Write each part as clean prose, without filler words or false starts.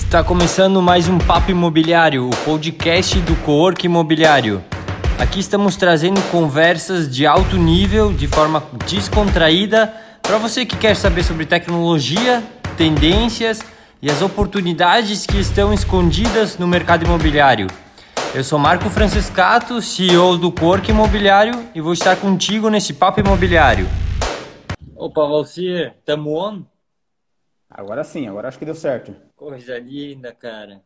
Está começando mais um Papo Imobiliário, o podcast do Cowork Imobiliário. Aqui estamos trazendo conversas de alto nível, de forma descontraída, para você que quer saber sobre tecnologia, tendências e as oportunidades que estão escondidas no mercado imobiliário. Eu sou Marco Francescato, CEO do Cowork Imobiliário, e vou estar contigo nesse Papo Imobiliário. Opa, Valcir, tamo on? Agora sim, agora acho que deu certo. Coisa linda, cara.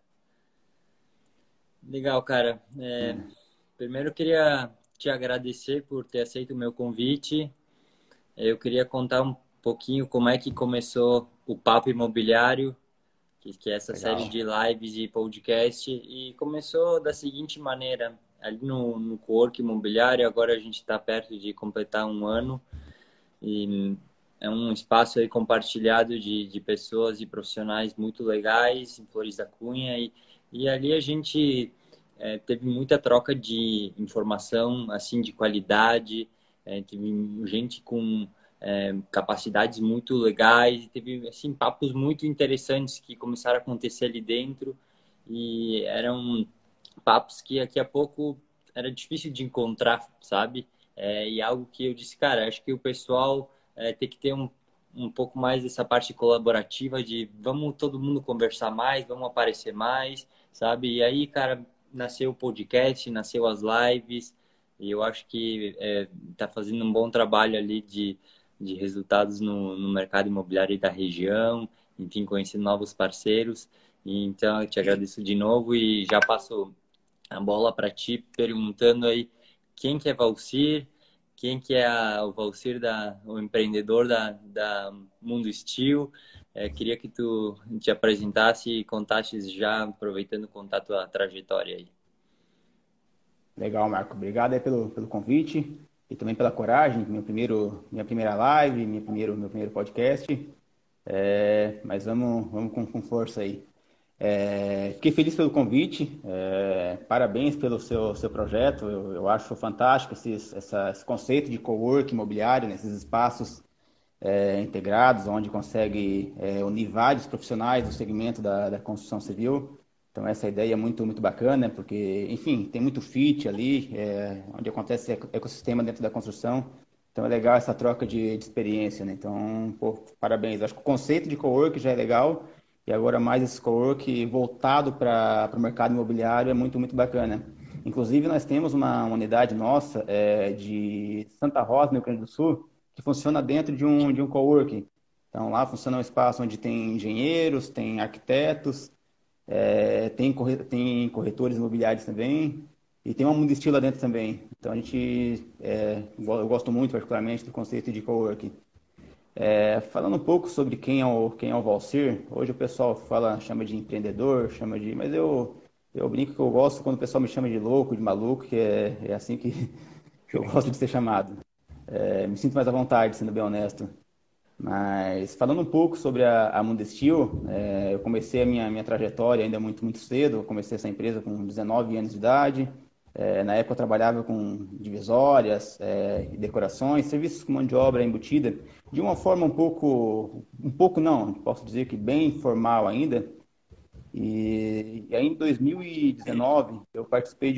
Legal, cara. Primeiro eu queria te agradecer por ter aceito o meu convite. Eu queria contar um pouquinho como é que começou o Papo Imobiliário, que é essa série Legal. de lives e podcast, e começou da seguinte maneira, ali no Cowork Imobiliário, agora a gente está perto de completar um ano, e é um espaço aí compartilhado de pessoas e profissionais muito legais em Flores da Cunha, e ali a gente teve muita troca de informação, assim, de qualidade, teve gente com capacidades muito legais, teve, assim, papos muito interessantes que começaram a acontecer ali dentro, e eram papos que daqui a pouco era difícil de encontrar, sabe? E algo que eu disse, cara, acho que o pessoal tem que ter um pouco mais dessa parte colaborativa de vamos todo mundo conversar mais, vamos aparecer mais, sabe? E aí, cara, nasceu o podcast, nasceu as lives, e eu acho que tá fazendo um bom trabalho ali de resultados no mercado imobiliário da região, enfim, conhecendo novos parceiros. E então, eu te agradeço de novo e já passo a bola para ti, perguntando aí quem que é Valcir, quem que é o Valcir, o empreendedor da Mundo Steel. Queria que tu te apresentasse e contasses já, aproveitando contar tua trajetória aí. Legal, Marco. Obrigado aí pelo convite e também pela coragem. Minha primeira live, meu primeiro podcast. Mas vamos com força aí. Fiquei feliz pelo convite. Parabéns pelo seu projeto. Eu acho fantástico esse conceito de cowork imobiliário, nesses espaços integrados, onde consegue unir vários profissionais do segmento da construção civil. Então, essa ideia é muito bacana, porque, enfim, tem muito fit ali, onde acontece ecossistema dentro da construção. Então, é legal essa troca de experiência, né? Então, pô, parabéns. Acho que o conceito de cowork já é legal, e agora mais esse cowork voltado para o mercado imobiliário é muito bacana. Inclusive, nós temos uma unidade nossa de Santa Rosa, no Rio Grande do Sul, que funciona dentro de um coworking. Então, lá funciona um espaço onde tem engenheiros, tem arquitetos, tem corretores imobiliários também, e tem uma Mundo Estilo lá dentro também. Então, eu gosto muito, particularmente, do conceito de coworking. Falando um pouco sobre quem é o Valcir, hoje o pessoal chama de empreendedor, mas eu brinco que eu gosto quando o pessoal me chama de louco, de maluco, que é assim que eu gosto de ser chamado. Me sinto mais à vontade, sendo bem honesto. Mas falando um pouco sobre a Mundo Steel, eu comecei a minha trajetória ainda muito cedo. Eu comecei essa empresa com 19 anos de idade. Na época eu trabalhava com divisórias, e decorações, serviços com mão de obra embutida, de uma forma um pouco não, posso dizer que bem informal ainda. E aí em 2019 eu participei de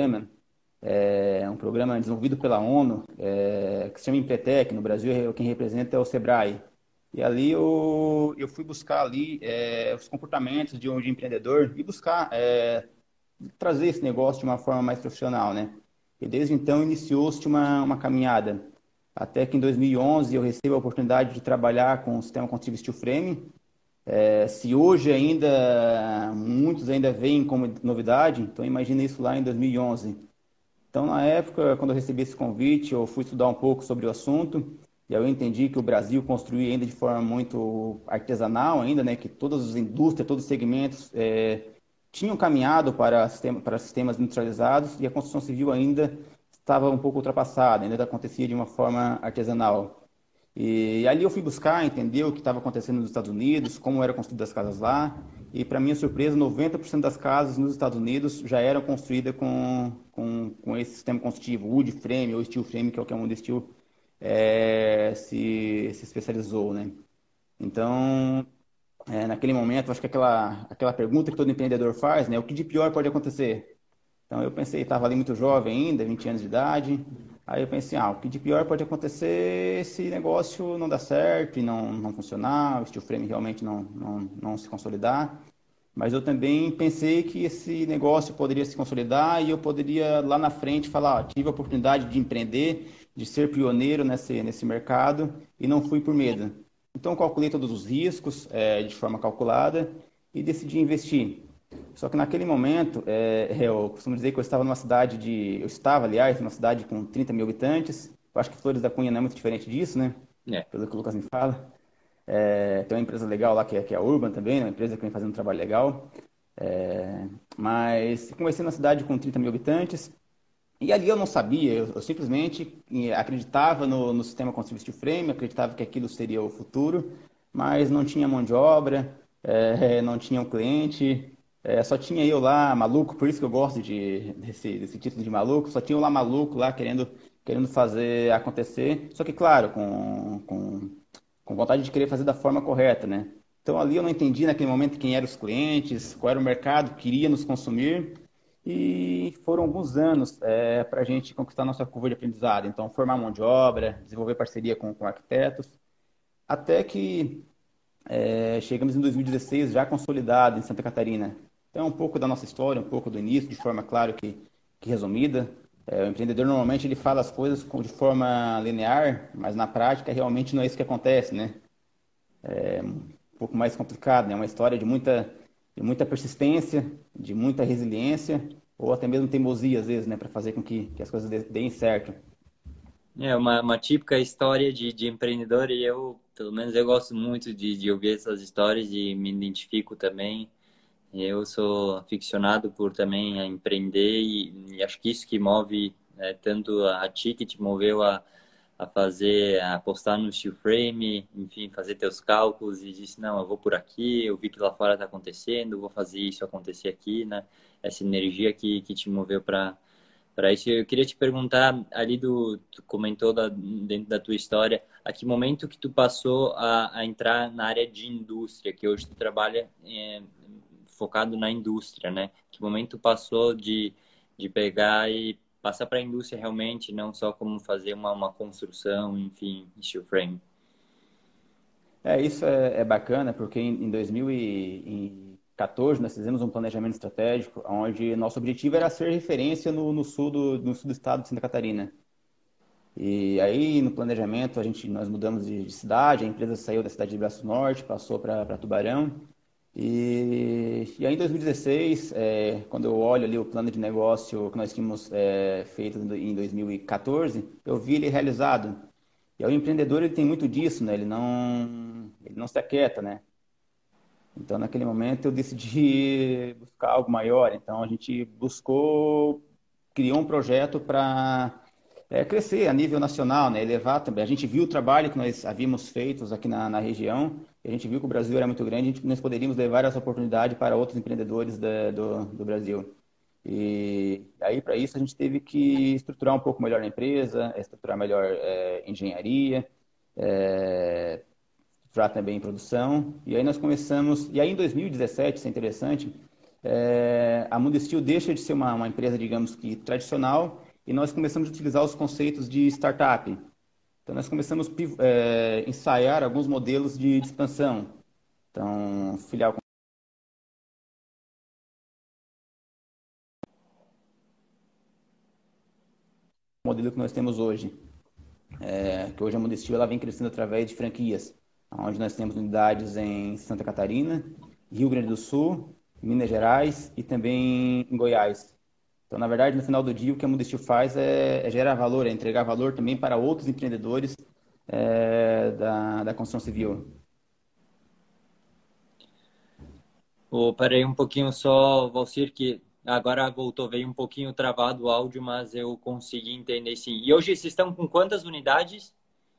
um programa desenvolvido pela ONU, que se chama Empretec. No Brasil, quem representa é o Sebrae. E ali eu fui buscar ali os comportamentos de empreendedor e buscar trazer esse negócio de uma forma mais profissional, né? E desde então iniciou-se uma caminhada. Até que em 2011 eu recebo a oportunidade de trabalhar com o sistema construtivo steel frame. Se hoje ainda muitos ainda veem como novidade, então imagina isso lá em 2011. Então, na época, quando eu recebi esse convite, eu fui estudar um pouco sobre o assunto, e aí eu entendi que o Brasil construía ainda de forma muito artesanal ainda, né, que todas as indústrias, todos os segmentos tinham caminhado para sistemas industrializados, e a construção civil ainda estava um pouco ultrapassada, ainda acontecia de uma forma artesanal. E ali eu fui buscar entender o que estava acontecendo nos Estados Unidos, como eram construídas as casas lá. E, para minha surpresa, 90% das casas nos Estados Unidos já eram construídas com esse sistema construtivo, wood frame ou steel frame, que é o que a Mundo Steel se especializou, né? Então, naquele momento, acho que aquela pergunta que todo empreendedor faz, né? O que de pior pode acontecer? Então eu pensei, estava ali muito jovem ainda, 20 anos de idade. Aí eu pensei, o que de pior pode acontecer se esse negócio não dar certo e não funcionar, o steel frame realmente não se consolidar. Mas eu também pensei que esse negócio poderia se consolidar e eu poderia lá na frente falar, tive a oportunidade de empreender, de ser pioneiro nesse mercado e não fui por medo. Então calculei todos os riscos de forma calculada e decidi investir. Só que naquele momento, eu costumo dizer que eu estava, aliás, numa cidade com 30 mil habitantes. Eu acho que Flores da Cunha não é muito diferente disso, né? É. Pelo que o Lucas me fala. Tem uma empresa legal lá que é a Urban também, né? Uma empresa que vem fazendo um trabalho legal. Mas comecei na cidade com 30 mil habitantes. E ali eu não sabia, eu simplesmente acreditava no sistema construído steel frame, acreditava que aquilo seria o futuro, mas não tinha mão de obra, não tinha um cliente, só tinha eu lá maluco, por isso que eu gosto desse título de maluco, só tinha eu lá maluco lá querendo fazer acontecer, só que claro, com vontade de querer fazer da forma correta, né? Então ali eu não entendi naquele momento quem eram os clientes, qual era o mercado que queria nos consumir, e foram alguns anos para a gente conquistar nossa curva de aprendizado. Então, formar mão de obra, desenvolver parceria com arquitetos, até que chegamos em 2016 já consolidado em Santa Catarina. Então, um pouco da nossa história, um pouco do início, de forma, claro, que resumida. O empreendedor normalmente ele fala as coisas de forma linear, mas na prática realmente não é isso que acontece, né? Um pouco mais complicado, né? Uma história de muita persistência, de muita resiliência, ou até mesmo teimosia, às vezes, né? Para fazer com que as coisas deem certo. É uma típica história de empreendedor e pelo menos, eu gosto muito de ouvir essas histórias e me identifico também. Eu sou aficionado por também a empreender e acho que isso que move tanto a ti, que te moveu a fazer, a apostar no steel frame, enfim, fazer teus cálculos e disse, não, eu vou por aqui, eu vi que lá fora está acontecendo, vou fazer isso acontecer aqui, né? Essa energia que te moveu para isso. Eu queria te perguntar, tu comentou dentro da tua história, a que momento que tu passou a entrar na área de indústria, que hoje tu trabalha focado na indústria, né? Que momento tu passou de pegar e passar para a indústria realmente, não só como fazer uma construção, enfim, steel frame. Isso é bacana, porque em 2014 nós fizemos um planejamento estratégico, onde nosso objetivo era ser referência no sul do estado de Santa Catarina. E aí, no planejamento, nós mudamos de cidade, a empresa saiu da cidade de Braço Norte, passou para Tubarão. E aí, em 2016, quando eu olho ali o plano de negócio que nós tínhamos feito em 2014, eu vi ele realizado. E aí, o empreendedor ele tem muito disso, né? Ele não se aquieta, né? Então, naquele momento, eu decidi buscar algo maior. Então, a gente criou um projeto para crescer a nível nacional, né? Elevar também. A gente viu o trabalho que nós havíamos feito aqui na região, e a gente viu que o Brasil era muito grande, nós poderíamos levar essa oportunidade para outros empreendedores do Brasil. E aí, para isso, a gente teve que estruturar um pouco melhor a empresa, estruturar melhor engenharia, é, estruturar também produção. E aí nós começamos. E aí, em 2017, isso é interessante, a Mundo Steel deixa de ser uma empresa, digamos que tradicional, e nós começamos a utilizar os conceitos de startup. Então, nós começamos a ensaiar alguns modelos de expansão. Então, filial com o modelo que nós temos hoje, que hoje a Mundo Steel ela vem crescendo através de franquias, onde nós temos unidades em Santa Catarina, Rio Grande do Sul, Minas Gerais e também em Goiás. Então, na verdade, no final do dia, o que a Mundo Steel faz é gerar valor, é entregar valor também para outros empreendedores da construção civil. Parei um pouquinho só, Valcir, que agora voltou, veio um pouquinho travado o áudio, mas eu consegui entender sim. E hoje vocês estão com quantas unidades?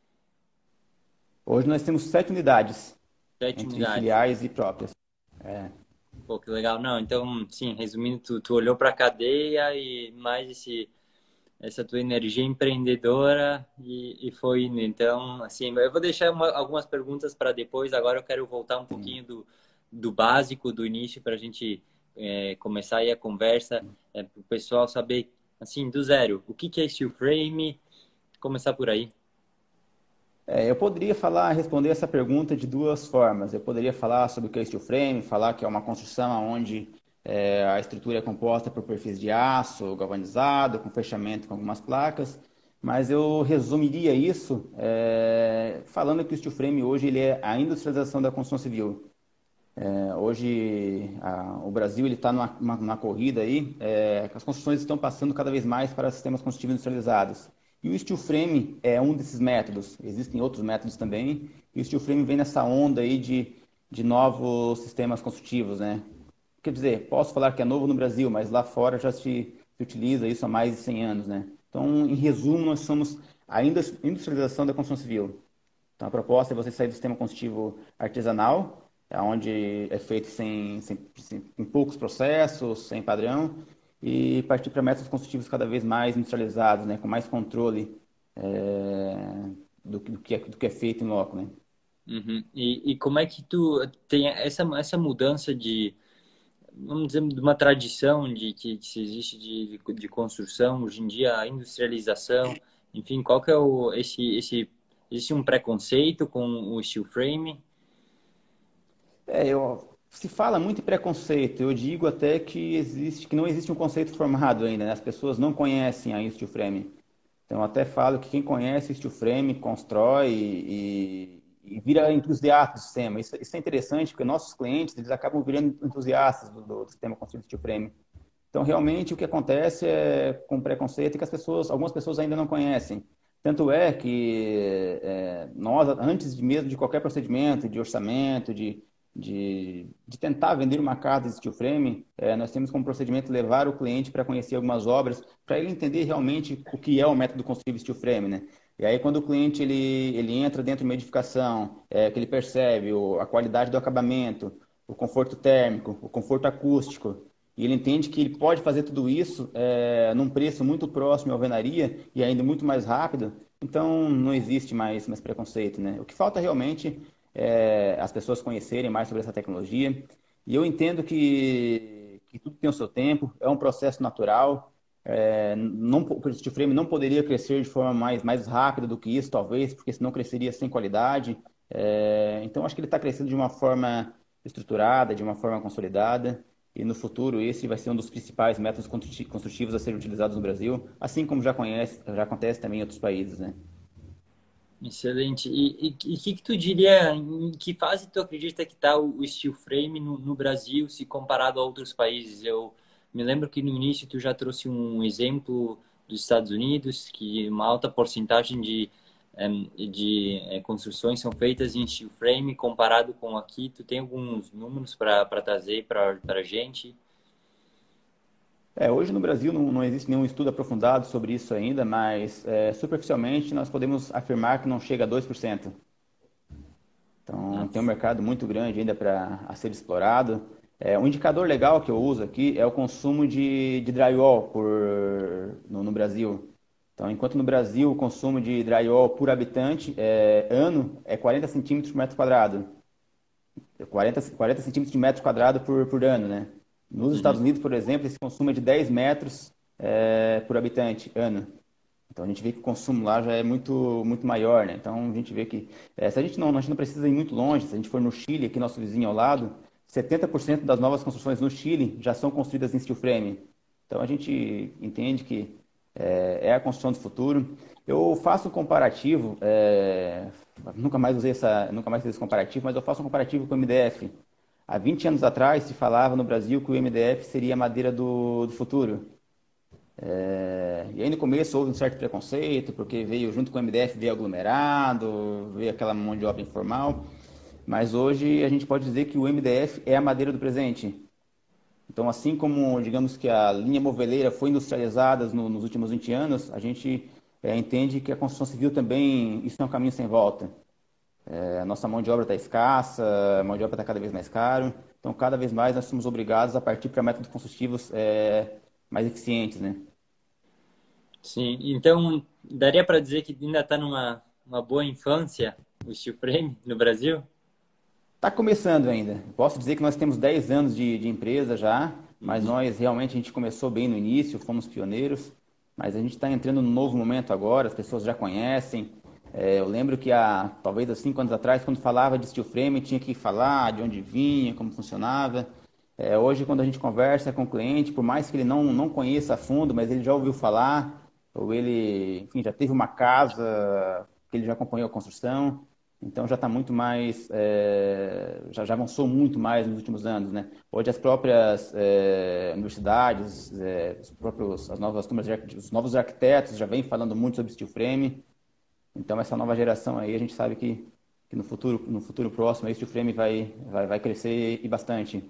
Hoje nós temos 7 unidades, 7 entre unidades. filiais e próprias. É, Pô, que legal. Não, então, sim, resumindo, tu olhou para a cadeia e mais essa tua energia empreendedora e foi indo. Então, assim, eu vou deixar algumas perguntas para depois. Agora eu quero voltar um sim. pouquinho do básico, do início, para a gente começar aí a conversa, para o pessoal saber, assim, do zero, o que que é steel frame, começar por aí. Eu poderia responder essa pergunta de duas formas. Eu poderia falar sobre o que é steel frame, falar que é uma construção onde a estrutura é composta por perfis de aço galvanizado, com fechamento com algumas placas, mas eu resumiria isso falando que o steel frame hoje ele é a industrialização da construção civil. Hoje o Brasil ele está numa corrida aí, que as construções estão passando cada vez mais para sistemas construtivos industrializados. E o steel frame é um desses métodos. Existem outros métodos também. E o steel frame vem nessa onda aí de novos sistemas construtivos, né? Quer dizer, posso falar que é novo no Brasil, mas lá fora já se utiliza isso há mais de 100 anos, né? Então, em resumo, nós somos a industrialização da construção civil. Então, a proposta é você sair do sistema construtivo artesanal, onde é feito em poucos processos, sem padrão, e partir para métodos construtivos cada vez mais industrializados, né, com mais controle do que é feito em loco, né? Uhum. E como é que tu tem essa mudança de, vamos dizer, de uma tradição que se existe de construção, hoje em dia a industrialização, enfim, qual que é existe um preconceito com o steel frame? Se fala muito em preconceito, eu digo até que não existe um conceito formado ainda, né? As pessoas não conhecem a steel frame. Então, eu até falo que quem conhece steel frame constrói e vira entusiasta do sistema. Isso é interessante, porque nossos clientes eles acabam virando entusiastas do sistema construído steel frame. Então, realmente, o que acontece com preconceito é que algumas pessoas ainda não conhecem. Tanto é que nós, antes mesmo de qualquer procedimento, de orçamento, de tentar vender uma casa de steel frame, nós temos como procedimento levar o cliente para conhecer algumas obras, para ele entender realmente o que é o método construtivo steel frame, né? E aí, quando o cliente ele entra dentro de uma edificação, que ele percebe a qualidade do acabamento, o conforto térmico, o conforto acústico, e ele entende que ele pode fazer tudo isso num preço muito próximo à alvenaria e ainda muito mais rápido. Então, não existe mais preconceito, né? O que falta realmente é as pessoas conhecerem mais sobre essa tecnologia. E eu entendo que tudo tem o seu tempo, é um processo natural. O steel frame não poderia crescer de forma mais rápida do que isso, talvez, porque senão cresceria sem qualidade. Então, acho que ele está crescendo de uma forma estruturada, de uma forma consolidada. E no futuro, esse vai ser um dos principais métodos construtivos a serem utilizados no Brasil, assim como já acontece também em outros países, né? Excelente. E que tu diria, em que fase tu acredita que está o steel frame no Brasil se comparado a outros países? Eu me lembro que no início tu já trouxe um exemplo dos Estados Unidos, que uma alta porcentagem de construções são feitas em steel frame comparado com aqui. Tu tem alguns números para trazer para a gente? Hoje no Brasil não existe nenhum estudo aprofundado sobre isso ainda, mas superficialmente nós podemos afirmar que não chega a 2%. Então, tem um mercado muito grande ainda a ser explorado. Um indicador legal que eu uso aqui é o consumo de drywall no Brasil. Então, enquanto no Brasil o consumo de drywall por habitante ano é 40 centímetros por metro quadrado. 40 centímetros de metro quadrado por ano, né? Nos Estados Uhum. Unidos, por exemplo, esse consumo é de 10 metros por habitante ano. Então a gente vê que o consumo lá já é muito maior, né? Então a gente vê que se a gente não precisa ir muito longe, se a gente for no Chile, aqui nosso vizinho ao lado, 70% das novas construções no Chile já são construídas em steel frame. Então a gente entende que a construção do futuro. Eu faço um comparativo, nunca mais fiz esse comparativo, mas eu faço um comparativo com o MDF. Há 20 anos atrás se falava no Brasil que o MDF seria a madeira do futuro. E aí no começo houve um certo preconceito, porque veio junto com o MDF, veio aglomerado, veio aquela mão de obra informal. Mas hoje a gente pode dizer que o MDF é a madeira do presente. Então, assim como, digamos que a linha moveleira foi industrializada nos últimos 20 anos, a gente entende que a construção civil também, isso é um caminho sem volta. A nossa mão de obra está escassa, a mão de obra está cada vez mais caro. Então, cada vez mais nós somos obrigados a partir para métodos construtivos mais eficientes, né? Sim, então daria para dizer que ainda está numa uma boa infância o steel frame no Brasil? Está começando ainda. Posso dizer que nós temos 10 anos de empresa já, mas Uhum. nós realmente a gente começou bem no início, fomos pioneiros, mas a gente está entrando num novo momento agora, as pessoas já conhecem. Eu lembro que há talvez há 5 anos atrás, quando falava de steel frame, tinha que falar de onde vinha, como funcionava. Hoje, quando a gente conversa com o cliente, por mais que ele não conheça a fundo, mas ele já ouviu falar, ou ele, enfim, já teve uma casa que ele já acompanhou a construção. Então já está muito mais, já avançou muito mais nos últimos anos, né? Hoje as próprias universidades, as novas turmas, os novos arquitetos já vêm falando muito sobre steel frame. Então essa nova geração aí a gente sabe que no futuro próximo aí, steel frame vai crescer e bastante.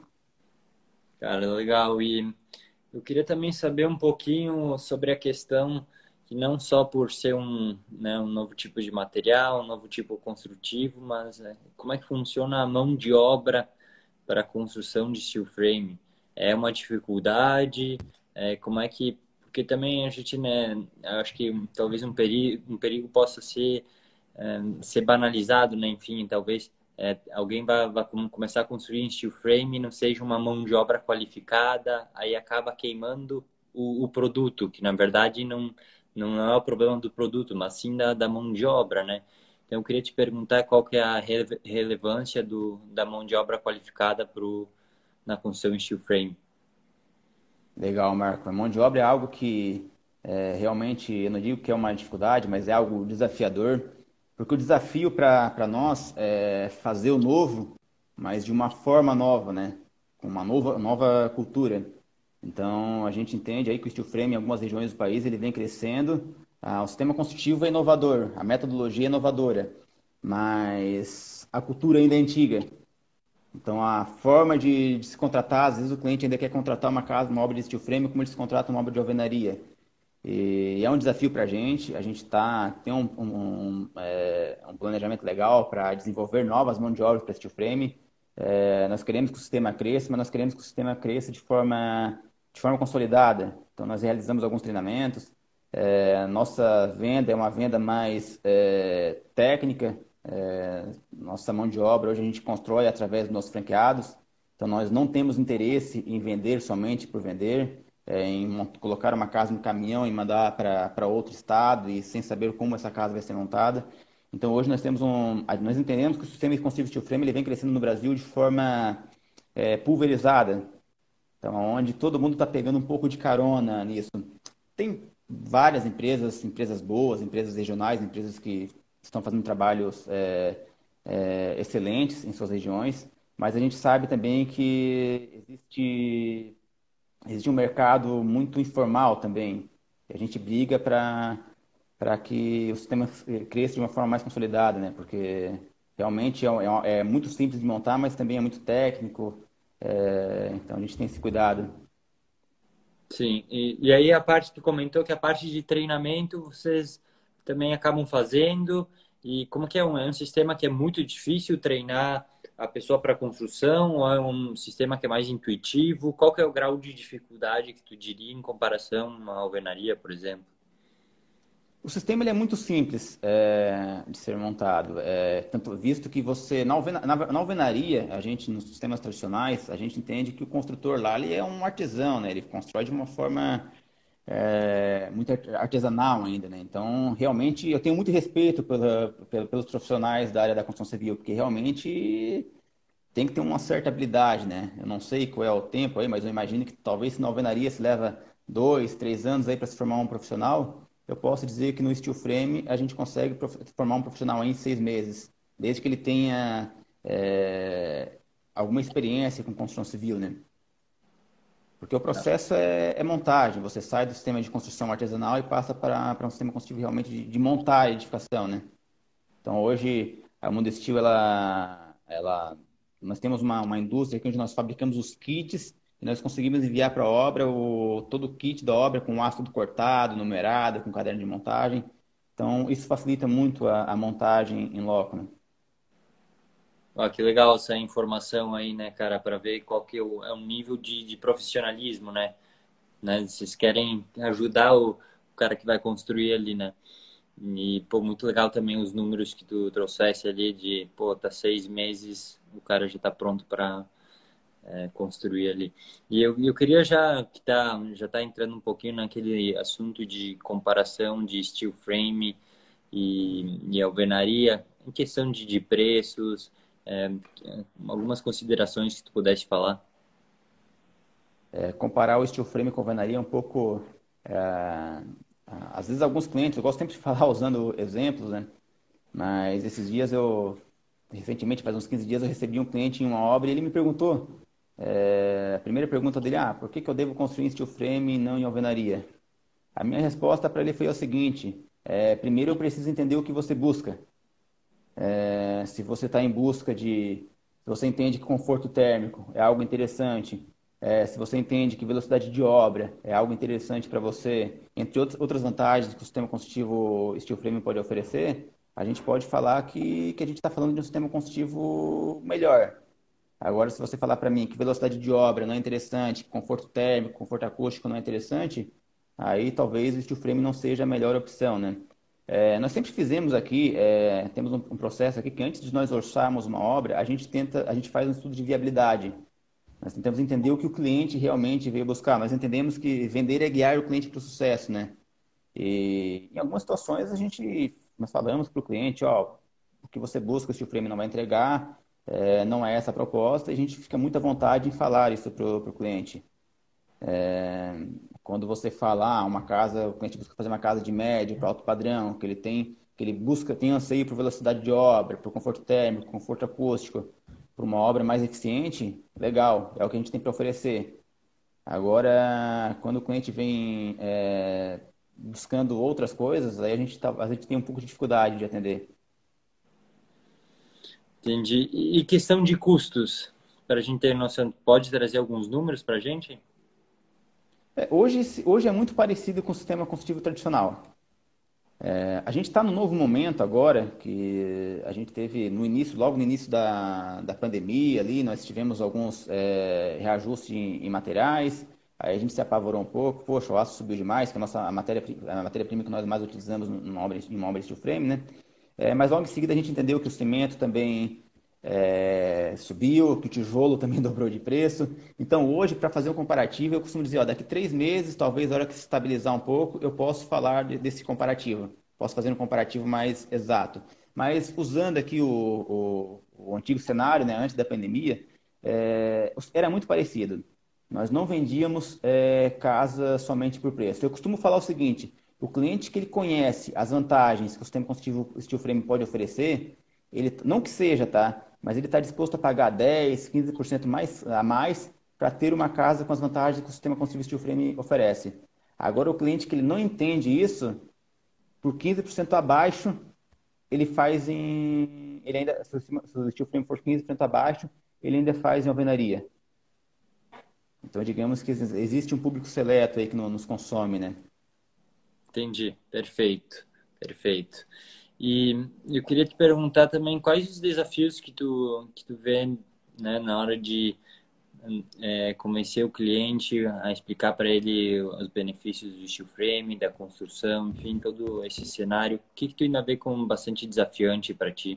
Cara, legal. E eu queria também saber um pouquinho sobre a questão que não só por ser um novo tipo de material, um novo tipo construtivo, mas como é que funciona a mão de obra para a construção de steel frame? É uma dificuldade? Como é que... Porque também a gente, né, acho que talvez um perigo possa ser banalizado, né? Enfim, talvez alguém vai começar a construir em steel frame, não seja uma mão de obra qualificada, aí acaba queimando o produto, que na verdade não é o problema do produto, mas sim da mão de obra, né? Então, eu queria te perguntar qual que é a relevância da mão de obra qualificada na construção em steel frame. Legal, Marco. A mão de obra é algo que realmente, eu não digo que é uma dificuldade, mas é algo desafiador, porque o desafio para nós é fazer o novo, mas de uma forma nova, né? Com uma nova cultura. Então, a gente entende aí que o steel frame em algumas regiões do país ele vem crescendo. O sistema construtivo é inovador, a metodologia é inovadora, mas a cultura ainda é antiga. Então, a forma de se contratar, às vezes o cliente ainda quer contratar uma casa, uma obra de steel frame, como eles contratam uma obra de alvenaria. E é um desafio para a gente tem um planejamento legal para desenvolver novas mãos de obra para steel frame. Nós queremos que o sistema cresça, mas nós queremos que o sistema cresça de forma consolidada. Então, nós realizamos alguns treinamentos. Nossa venda é uma venda mais técnica. Nossa mão de obra hoje a gente constrói através dos nossos franqueados. Então, nós não temos interesse em vender somente por vender, em colocar uma casa no caminhão e mandar para outro estado e sem saber como essa casa vai ser montada. Então, hoje nós entendemos que o sistema de construção steel frame ele vem crescendo no Brasil de forma pulverizada. Então, onde todo mundo está pegando um pouco de carona nisso. Tem várias empresas, empresas boas, empresas regionais, empresas que estão fazendo trabalhos excelentes em suas regiões, mas a gente sabe também que existe um mercado muito informal também. E a gente briga para que o sistema cresça de uma forma mais consolidada, né? Porque realmente é muito simples de montar, mas também é muito técnico. Então a gente tem esse cuidado. Sim, e aí a parte, tu comentou que a parte de treinamento vocês também acabam fazendo, e como que é um sistema que é muito difícil treinar a pessoa para construção, ou é um sistema que é mais intuitivo? Qual que é o grau de dificuldade que tu diria em comparação a uma alvenaria, por exemplo? O sistema ele é muito simples de ser montado, tanto visto que você na alvenaria, a gente nos sistemas tradicionais, a gente entende que o construtor lá ele é um artesão, né? Ele constrói de uma forma muito artesanal ainda, né? Então, realmente, eu tenho muito respeito pelos profissionais da área da construção civil, porque realmente tem que ter uma certa habilidade, né? Eu não sei qual é o tempo aí, mas eu imagino que talvez se na alvenaria se leva 2, 3 anos aí para se formar um profissional, eu posso dizer que no steel frame a gente consegue formar um profissional aí em 6 meses, desde que ele tenha alguma experiência com construção civil, né? Porque o processo é montagem, você sai do sistema de construção artesanal e passa para um sistema construtivo realmente de montar a edificação, né? Então, hoje, a Mundo Steel, nós temos uma indústria aqui onde nós fabricamos os kits e nós conseguimos enviar para a obra todo o kit da obra com o aço tudo cortado, numerado, com caderno de montagem. Então, isso facilita muito a montagem em loco, né? Ó, que legal essa informação aí, né, cara, para ver qual que é o nível de profissionalismo, né? Vocês querem ajudar o cara que vai construir ali, né? E, pô, muito legal também os números que tu trouxesse ali de, pô, tá 6 meses o cara já está pronto para construir ali. E eu queria já tá entrando um pouquinho naquele assunto de comparação de steel frame e alvenaria, em questão de preços, é, algumas considerações que tu pudesse falar. Comparar o steel frame com alvenaria é um pouco... é, às vezes alguns clientes, eu gosto sempre de falar usando exemplos, né? Mas esses dias recentemente, faz uns 15 dias, eu recebi um cliente em uma obra e ele me perguntou, a primeira pergunta dele, por que que eu devo construir em steel frame e não em alvenaria? A minha resposta para ele foi o seguinte, primeiro eu preciso entender o que você busca. Se você está em busca se você entende que conforto térmico é algo interessante, se você entende que velocidade de obra é algo interessante para você, entre outras vantagens que o sistema construtivo steel frame pode oferecer, a gente pode falar que a gente está falando de um sistema construtivo melhor. Agora, se você falar para mim que velocidade de obra não é interessante, que conforto térmico, conforto acústico não é interessante, aí talvez o steel frame não seja a melhor opção, né? Nós sempre fizemos aqui, temos um processo aqui que antes de nós orçarmos uma obra, a gente faz um estudo de viabilidade. Nós tentamos entender o que o cliente realmente veio buscar. Nós entendemos que vender é guiar o cliente para o sucesso, né? E em algumas situações nós falamos para o cliente, ó, o que você busca, o steel frame não vai entregar, não é essa a proposta, e a gente fica muito à vontade em falar isso para o cliente. Quando você fala, uma casa, o cliente busca fazer uma casa de médio para alto padrão, que ele busca, tem anseio por velocidade de obra, por conforto térmico, conforto acústico, por uma obra mais eficiente, legal, é o que a gente tem para oferecer. Agora, quando o cliente vem buscando outras coisas, aí a gente tem um pouco de dificuldade de atender. Entendi. E questão de custos, para a gente ter noção, pode trazer alguns números para a gente? Hoje é muito parecido com o sistema construtivo tradicional. A gente está num novo momento agora, que a gente teve logo no início da pandemia ali, nós tivemos alguns reajustes em materiais, aí a gente se apavorou um pouco, poxa, o aço subiu demais, que é a matéria-prima que nós mais utilizamos em uma obra steel frame, né? Mas logo em seguida a gente entendeu que o cimento também subiu, que o tijolo também dobrou de preço. Então hoje, para fazer um comparativo, eu costumo dizer, ó, daqui 3 meses, talvez na hora que se estabilizar um pouco, eu posso falar desse comparativo. Posso fazer um comparativo mais exato. Mas usando aqui o antigo cenário, né, antes da pandemia, era muito parecido. Nós não vendíamos casa somente por preço. Eu costumo falar o seguinte, o cliente que ele conhece as vantagens que o sistema construtivo steel frame pode oferecer, ele não que seja, tá? Mas ele está disposto a pagar 10, 15% a mais para ter uma casa com as vantagens que o sistema construtivo steel frame oferece. Agora, o cliente que ele não entende isso, por 15% abaixo, ele faz ele ainda, se o steel frame for 15% abaixo, ele ainda faz em alvenaria. Então, digamos que existe um público seleto aí que nos consome, né? Entendi, perfeito, perfeito. E eu queria te perguntar também quais os desafios que tu vê, né, na hora de convencer o cliente a explicar para ele os benefícios do steel frame, da construção, enfim, todo esse cenário. O que tu ainda vê como bastante desafiante para ti?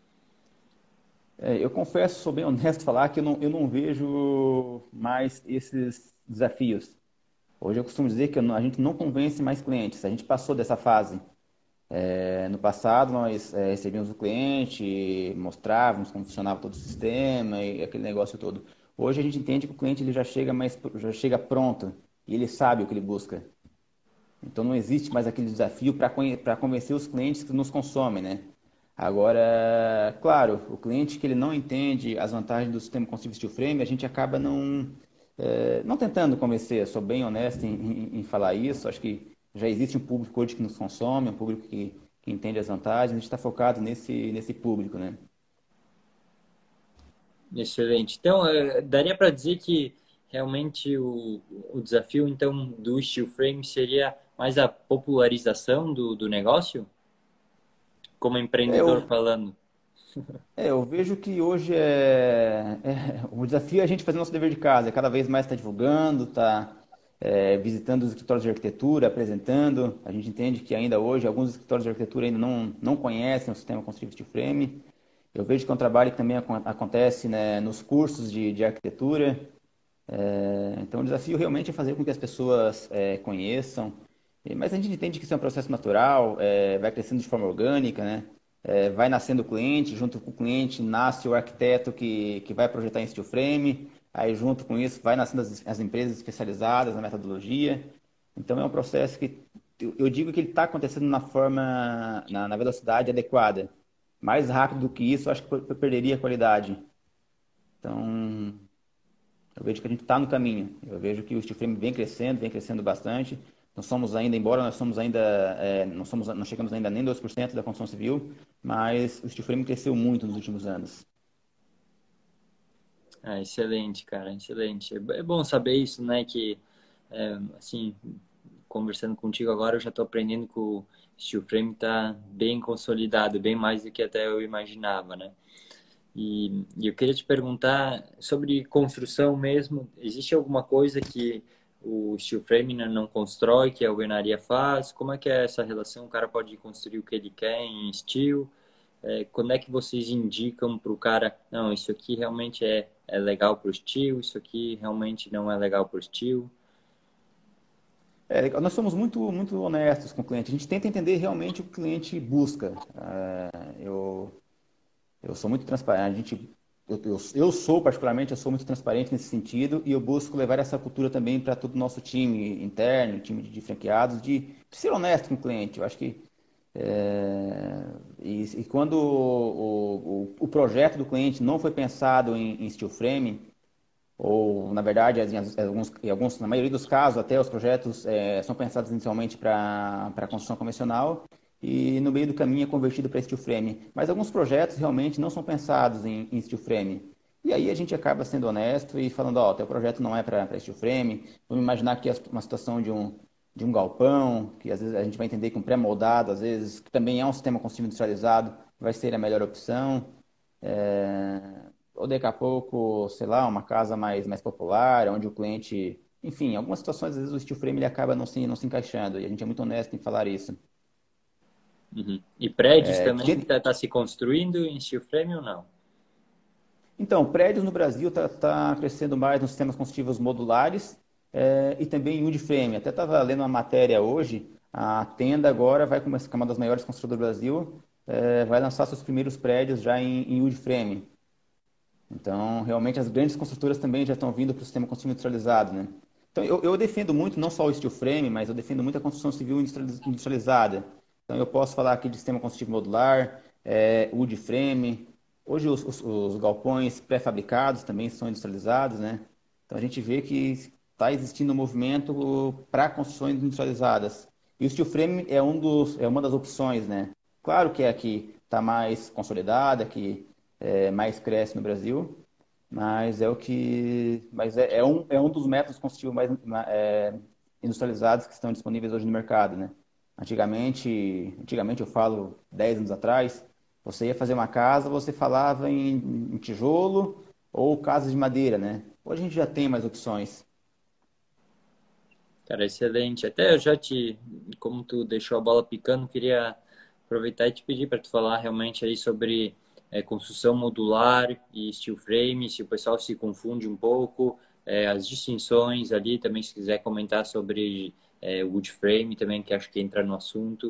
Eu confesso, sou bem honesto falar que eu não vejo mais esses desafios. Hoje eu costumo dizer que a gente não convence mais clientes, a gente passou dessa fase. No passado nós recebíamos o cliente, mostrávamos como funcionava todo o sistema e aquele negócio todo. Hoje a gente entende que o cliente ele já chega pronto e ele sabe o que ele busca. Então não existe mais aquele desafio para convencer os clientes que nos consomem, né? Agora, claro, o cliente que ele não entende as vantagens do sistema construtivo steel frame, a gente acaba não tentando convencer. Eu sou bem honesto em falar isso. Acho que já existe um público hoje que nos consome, um público que entende as vantagens. A gente está focado nesse público, né? Excelente. Então, daria para dizer que realmente o desafio, então, do steel frame seria mais a popularização do negócio? Como empreendedor Eu, falando. eu vejo que hoje o desafio é a gente fazer o nosso dever de casa, cada vez mais está divulgando, está visitando os escritórios de arquitetura, apresentando. A gente entende que ainda hoje alguns escritórios de arquitetura ainda não conhecem o sistema construtivo steel frame. Eu vejo que é um trabalho que também acontece, né, nos cursos de arquitetura. Então, o desafio realmente é fazer com que as pessoas conheçam. Mas a gente entende que isso é um processo natural, vai crescendo de forma orgânica, né? Vai nascendo o cliente, junto com o cliente nasce o arquiteto que vai projetar em steel frame, aí junto com isso vai nascendo as empresas especializadas na metodologia. Então, é um processo que eu digo que ele está acontecendo na velocidade adequada. Mais rápido do que isso, eu acho que perderia a qualidade. Então, eu vejo que a gente está no caminho. Eu vejo que o steel frame vem crescendo bastante. Nós somos ainda, embora nós somos ainda, não chegamos ainda nem 2% da construção civil, mas o steel frame cresceu muito nos últimos anos. Ah, excelente, cara, excelente. É bom saber isso, né? Que, assim, conversando contigo agora, eu já estou aprendendo que o steel frame está bem consolidado, bem mais do que até eu imaginava, né? E eu queria te perguntar sobre construção mesmo. Existe alguma coisa que o steel frame não constrói, que a alvenaria faz? Como é que é essa relação? O cara pode construir o que ele quer em steel? Quando é que vocês indicam para o cara, não, isso aqui realmente é legal para o steel, isso aqui realmente não é legal para o steel? Nós somos muito honestos com o cliente. A gente tenta entender realmente o que o cliente busca. Eu sou muito transparente. Eu sou, particularmente, eu sou muito transparente nesse sentido e eu busco levar essa cultura também para todo o nosso time interno, time de franqueados, de ser honesto com o cliente. Eu acho que e quando o projeto do cliente não foi pensado em steel frame, ou na verdade, na maioria dos casos, até os projetos são pensados inicialmente para construção convencional e no meio do caminho é convertido para steel frame. Mas alguns projetos realmente não são pensados em steel frame. E aí a gente acaba sendo honesto e falando, ó, teu projeto não é para steel frame. Vamos imaginar que é uma situação de um galpão, que às vezes a gente vai entender que um pré-moldado, às vezes, que também é um sistema construtivo industrializado, vai ser a melhor opção. É, ou daqui a pouco, sei lá, uma casa mais popular, onde o cliente... Enfim, em algumas situações, às vezes o steel frame ele acaba não se encaixando, e a gente é muito honesto em falar isso. Uhum. E prédios É, também tem- está se construindo em steel frame ou não? Então, prédios no Brasil tá crescendo mais nos sistemas construtivos modulares e também em wood frame. Até estava lendo uma matéria hoje, a Tenda agora vai começar, que é uma das maiores construtoras do Brasil, vai lançar seus primeiros prédios já em wood frame. Então, realmente, as grandes construtoras também já estão vindo para o sistema construtivo industrializado, né? Então, eu defendo muito, não só o steel frame, mas eu defendo muito a construção civil industrializada. Então, eu posso falar aqui de sistema construtivo modular, wood frame. Hoje, os galpões pré-fabricados também são industrializados, né? Então, a gente vê que está existindo um movimento para construções industrializadas. E o steel frame é uma das opções, né? Claro que é a que está mais consolidada, que mais cresce no Brasil, mas é um dos métodos construtivos mais industrializados que estão disponíveis hoje no mercado, né? Antigamente eu falo 10 anos atrás, você ia fazer uma casa, você falava em tijolo ou casa de madeira, né? Hoje a gente já tem mais opções. Cara, excelente. Até eu já como tu deixou a bola picando, queria aproveitar e te pedir para tu falar realmente aí sobre construção modular e steel frame, se o pessoal se confunde um pouco, as distinções ali, também se quiser comentar sobre wood frame também, que acho que entra no assunto.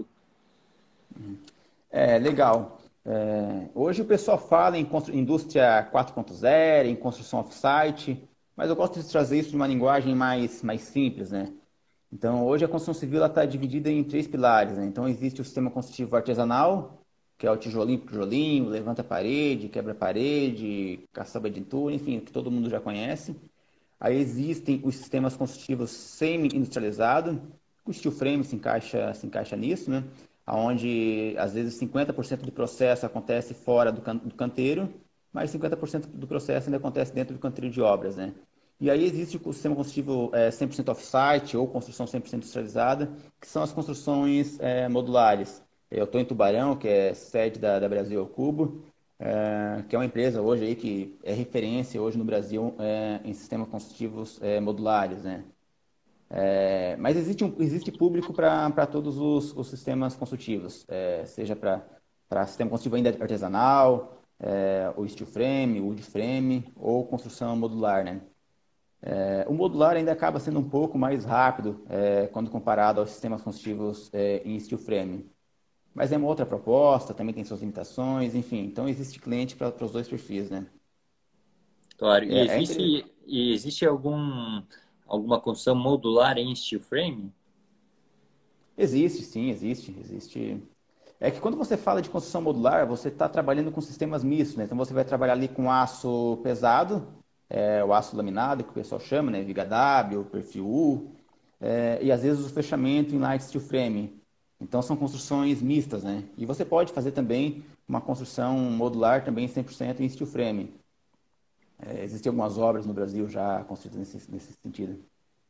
Legal. Hoje o pessoal fala em indústria 4.0, em construção off-site, mas eu gosto de trazer isso de uma linguagem mais simples, né? Então, hoje a construção civil está dividida em três pilares, né? Então, existe o sistema construtivo artesanal, que é o tijolinho por tijolinho, levanta a parede, quebra a parede, caçamba de entulho, enfim, que todo mundo já conhece. Aí existem os sistemas construtivos semi-industrializados, o steel frame se encaixa nisso, né? Onde às vezes 50% do processo acontece fora do canteiro, mas 50% do processo ainda acontece dentro do canteiro de obras, né? E aí existe o sistema construtivo 100% off-site ou construção 100% industrializada, que são as construções modulares. Eu estou em Tubarão, que é sede da Brasil ao Cubo, que é uma empresa hoje aí que é referência hoje no Brasil em sistemas construtivos modulares, né? Mas existe público para todos os sistemas construtivos, seja para sistema construtivo ainda artesanal, o steel frame, o wood frame ou construção modular, né? O modular ainda acaba sendo um pouco mais rápido quando comparado aos sistemas construtivos em steel frame. Mas é uma outra proposta, também tem suas limitações, enfim. Então existe cliente para os dois perfis, né? Claro. É, E é inter- existe alguma construção modular em steel frame? Existe, sim, existe. É que quando você fala de construção modular, você está trabalhando com sistemas mistos, né? Então você vai trabalhar ali com aço pesado, o aço laminado, que o pessoal chama, né? Viga W, perfil U, e às vezes o fechamento em light steel frame. Então são construções mistas, né? E você pode fazer também uma construção modular também 100% em steel frame. Existem algumas obras no Brasil já construídas nesse sentido.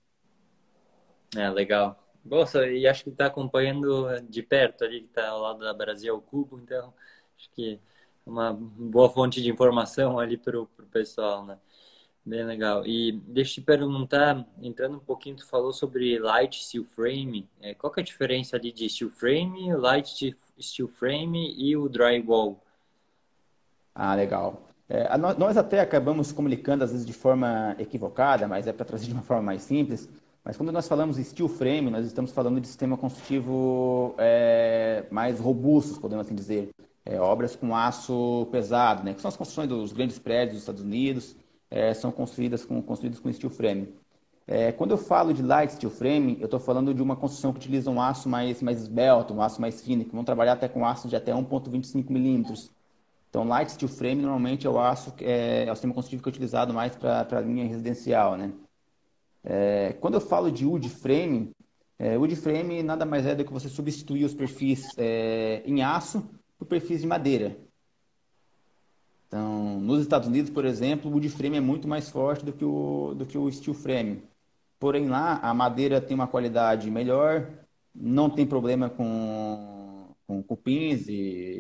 É, legal. Nossa, e acho que está acompanhando de perto ali, que está ao lado da Brasil ao Cubo, então acho que é uma boa fonte de informação ali para o pessoal, né? Bem legal. E deixa eu te perguntar, entrando um pouquinho, tu falou sobre light steel frame. Qual que é a diferença ali de steel frame, steel frame e o drywall? Ah, legal. Nós até acabamos comunicando às vezes de forma equivocada, mas é para trazer de uma forma mais simples. Mas quando nós falamos em steel frame, nós estamos falando de sistema construtivo mais robustos, podemos assim dizer. Obras com aço pesado, né? Que são as construções dos grandes prédios dos Estados Unidos, são construídas com steel frame. Quando eu falo de light steel frame, eu estou falando de uma construção que utiliza um aço mais esbelto, um aço mais fino, que vão trabalhar até com aço de até 1,25 milímetros. Então, light steel frame normalmente eu acho que é o sistema construtivo que é utilizado mais para a linha residencial, né? Quando eu falo de wood frame, wood frame nada mais é do que você substituir os perfis em aço por perfis de madeira. Então, nos Estados Unidos, por exemplo, o wood frame é muito mais forte do que o steel frame. Porém, lá a madeira tem uma qualidade melhor, não tem problema com cupins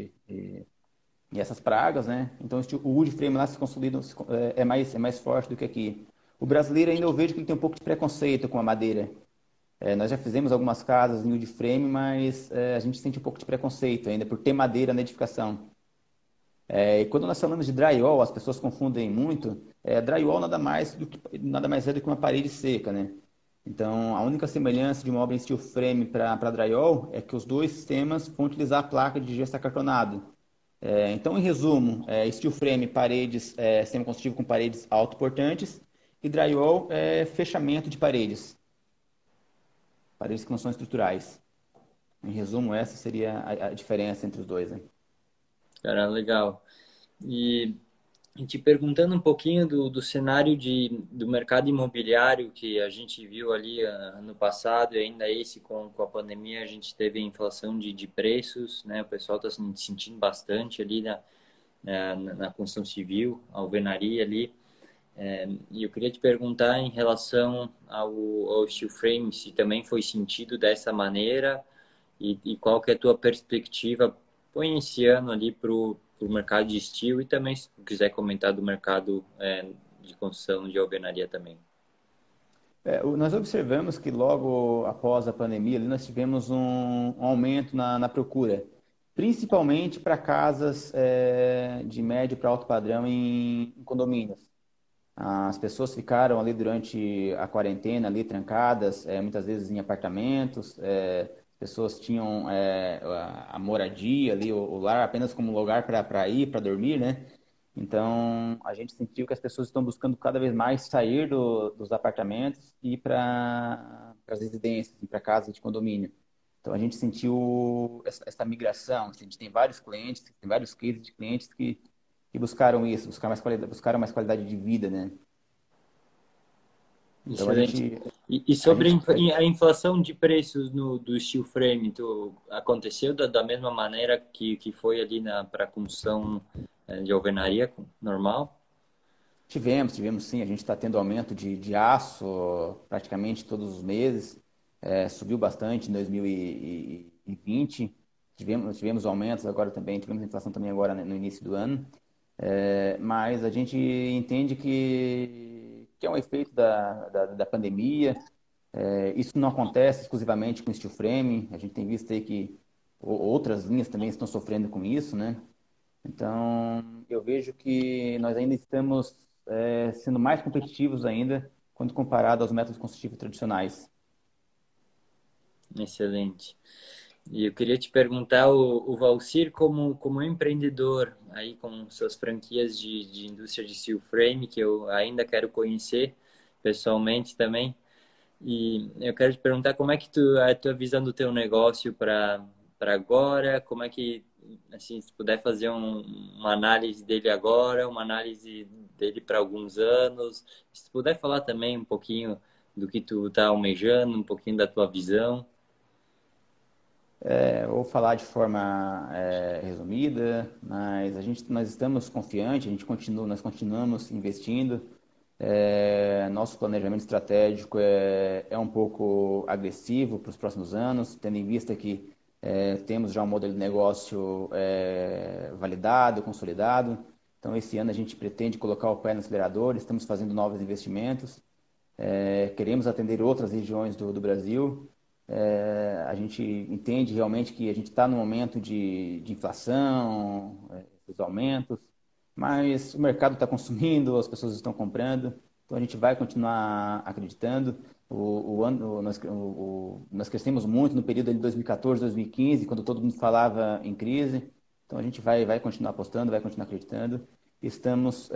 e essas pragas, né? Então o wood frame lá se consolida, é mais forte do que aqui. O brasileiro ainda eu vejo que ele tem um pouco de preconceito com a madeira. Nós já fizemos algumas casas em wood frame, mas a gente sente um pouco de preconceito ainda por ter madeira na edificação. E quando nós falamos de drywall, as pessoas confundem muito. Drywall nada mais é do que uma parede seca, né? Então, a única semelhança de uma obra em steel frame para drywall é que os dois sistemas vão utilizar a placa de gesso acartonado. Então, em resumo, steel frame, paredes, sistema construtivo com paredes autoportantes, e drywall fechamento de paredes que não são estruturais. Em resumo, essa seria a diferença entre os dois, né? Cara, legal. E te perguntando um pouquinho do cenário do mercado imobiliário que a gente viu ali ano passado e ainda esse com a pandemia, a gente teve a inflação de preços, né? O pessoal está se sentindo bastante ali na construção civil, a alvenaria ali. E eu queria te perguntar em relação ao steel frame, se também foi sentido dessa maneira e qual que é a tua perspectiva, põe esse ano ali para o mercado de steel e também se tu quiser comentar do mercado de construção de alvenaria também. Nós observamos que logo após a pandemia, ali nós tivemos um aumento na procura, principalmente para casas de médio para alto padrão em condomínios. As pessoas ficaram ali durante a quarentena, ali trancadas, muitas vezes em apartamentos. As pessoas tinham a moradia ali, o lar apenas como um lugar para ir, para dormir, né? Então, a gente sentiu que as pessoas estão buscando cada vez mais sair dos apartamentos e ir para as residências, para casas de condomínio. Então, a gente sentiu essa migração. A gente tem vários clientes, tem vários cases de clientes que buscaram isso, buscaram mais qualidade de vida, né? Então, a Excelente. gente, E a sobre gente, a inflação de preços do steel frame, aconteceu da mesma maneira que foi ali para a construção de alvenaria normal? tivemos sim, a gente está tendo aumento de aço praticamente todos os meses. Subiu bastante em 2020. Tivemos aumentos agora também, tivemos inflação também agora, né, no início do ano. Mas a gente entende que é um efeito da pandemia. Isso não acontece exclusivamente com steel frame. A gente tem visto aí que outras linhas também estão sofrendo com isso, né? Então, eu vejo que nós ainda estamos sendo mais competitivos ainda quando comparado aos métodos construtivos tradicionais. Excelente. E eu queria te perguntar, o Valcir, como empreendedor, aí com suas franquias de indústria de steel frame, que eu ainda quero conhecer pessoalmente também, e eu quero te perguntar como é que a tua visão do teu negócio para agora, como é que, assim, se puder fazer uma análise dele agora, uma análise dele para alguns anos, se puder falar também um pouquinho do que tu está almejando, um pouquinho da tua visão. Ou falar de forma resumida, mas nós estamos confiantes, nós continuamos investindo. Nosso planejamento estratégico é um pouco agressivo para os próximos anos, tendo em vista que temos já um modelo de negócio validado, consolidado. Então, esse ano a gente pretende colocar o pé no acelerador, estamos fazendo novos investimentos, queremos atender outras regiões do Brasil. A gente entende realmente que a gente está num momento de inflação, dos aumentos, mas o mercado está consumindo, as pessoas estão comprando, então a gente vai continuar acreditando. Nós crescemos muito no período de 2014, 2015, quando todo mundo falava em crise, então a gente vai continuar apostando, vai continuar acreditando. Estamos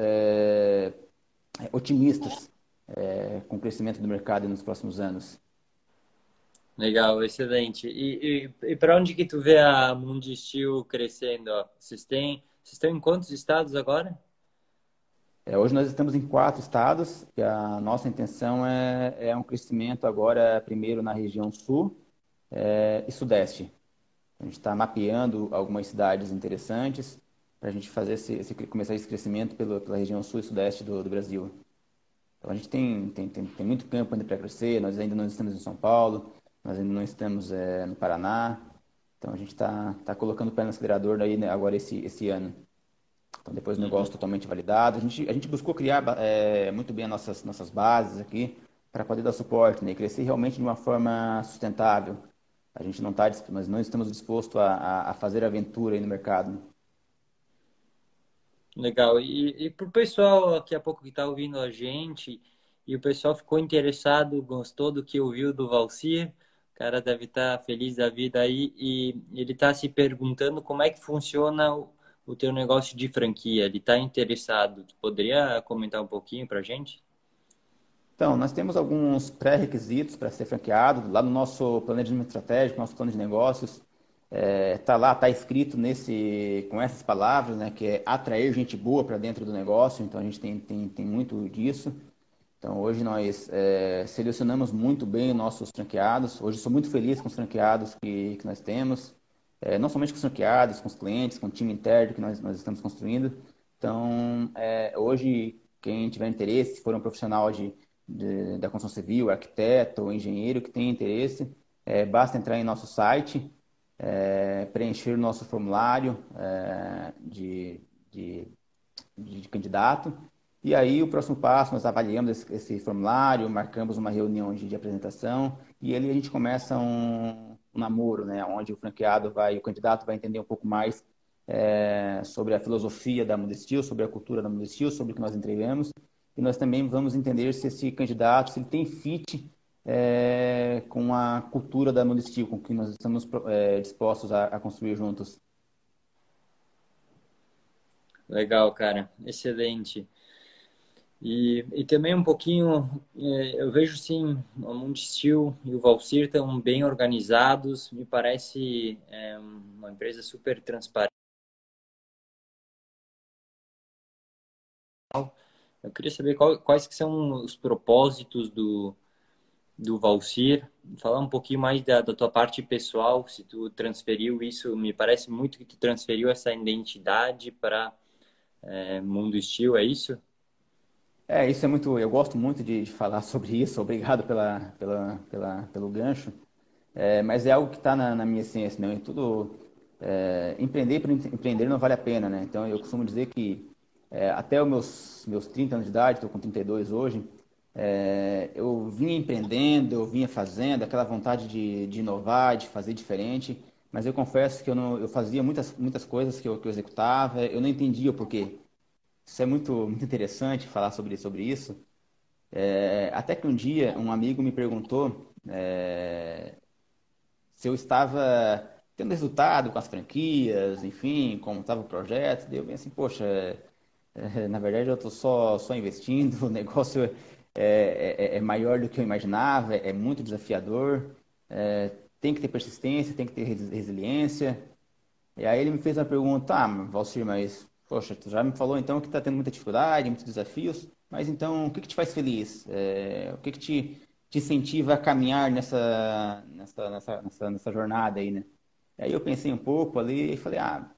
otimistas com o crescimento do mercado nos próximos anos. Legal, excelente. E para onde que tu vê a Mundi Steel crescendo? Ó? Vocês estão em quantos estados agora? Hoje nós estamos em 4 estados e a nossa intenção é um crescimento agora, primeiro na região sul e sudeste. A gente está mapeando algumas cidades interessantes para a gente fazer começar esse crescimento pela região sul e sudeste do Brasil. Então a gente tem muito campo ainda para crescer, nós ainda não estamos em São Paulo, nós ainda não estamos no Paraná, então a gente está colocando o pé no acelerador aí, né, agora esse ano. Então, depois do Uhum. negócio totalmente validado, a gente buscou criar muito bem as nossas bases aqui para poder dar suporte, né, e crescer realmente de uma forma sustentável. A gente não tá, nós não estamos dispostos a fazer aventura aí no mercado. Legal. E para o pessoal daqui a pouco que está ouvindo a gente, e o pessoal ficou interessado, gostou do que ouviu do Valcir, o cara deve estar feliz da vida aí, e ele está se perguntando como é que funciona o teu negócio de franquia. Ele está interessado. Tu poderia comentar um pouquinho para a gente? Então, nós temos alguns pré-requisitos para ser franqueado. Lá no nosso planejamento estratégico, nosso plano de negócios, tá lá, tá escrito com essas palavras, né, que é atrair gente boa para dentro do negócio. Então, a gente tem muito disso. Então, hoje nós selecionamos muito bem nossos franqueados. Hoje sou muito feliz com os franqueados que nós temos. Não somente com os franqueados, com os clientes, com o time interno que nós estamos construindo. Então, hoje, quem tiver interesse, se for um profissional da construção civil, arquiteto ou engenheiro que tenha interesse, basta entrar em nosso site, preencher o nosso formulário de, de candidato. E aí, o próximo passo, nós avaliamos esse formulário, marcamos uma reunião de apresentação e ali a gente começa um namoro, né? Onde o candidato vai entender um pouco mais sobre a filosofia da Modestil, sobre a cultura da Modestil, sobre o que nós entregamos. E nós também vamos entender se esse candidato, se ele tem fit com a cultura da Modestil, com que nós estamos dispostos a construir juntos. Legal, cara. Excelente. E também um pouquinho, eu vejo sim, o Mundistil e o Valcir estão bem organizados, me parece uma empresa super transparente. Eu queria saber quais que são os propósitos do Valcir, falar um pouquinho mais da tua parte pessoal, se tu transferiu isso, me parece muito que tu transferiu essa identidade para Mundo Steel, é isso? Isso é muito. Eu gosto muito de falar sobre isso. Obrigado pelo gancho. Mas é algo que está na minha essência, né? Em tudo, empreender por empreender não vale a pena, né? Então eu costumo dizer que até os meus 30 anos de idade, estou com 32 hoje, eu vinha empreendendo, eu vinha fazendo, aquela vontade de inovar, de fazer diferente, mas eu confesso que eu fazia muitas coisas que eu executava, eu não entendia o porquê. Isso é muito interessante falar sobre isso. Até que um dia um amigo me perguntou se eu estava tendo resultado com as franquias, enfim, como estava o projeto. Daí eu bem assim, poxa, na verdade eu estou só investindo, o negócio é maior do que eu imaginava, é muito desafiador, tem que ter persistência, tem que ter resiliência. E aí ele me fez uma pergunta, Valcir, mas, poxa, tu já me falou então que está tendo muita dificuldade, muitos desafios, mas então o que que te faz feliz? O que que te incentiva a caminhar nessa jornada aí, né? E aí eu pensei um pouco ali e falei,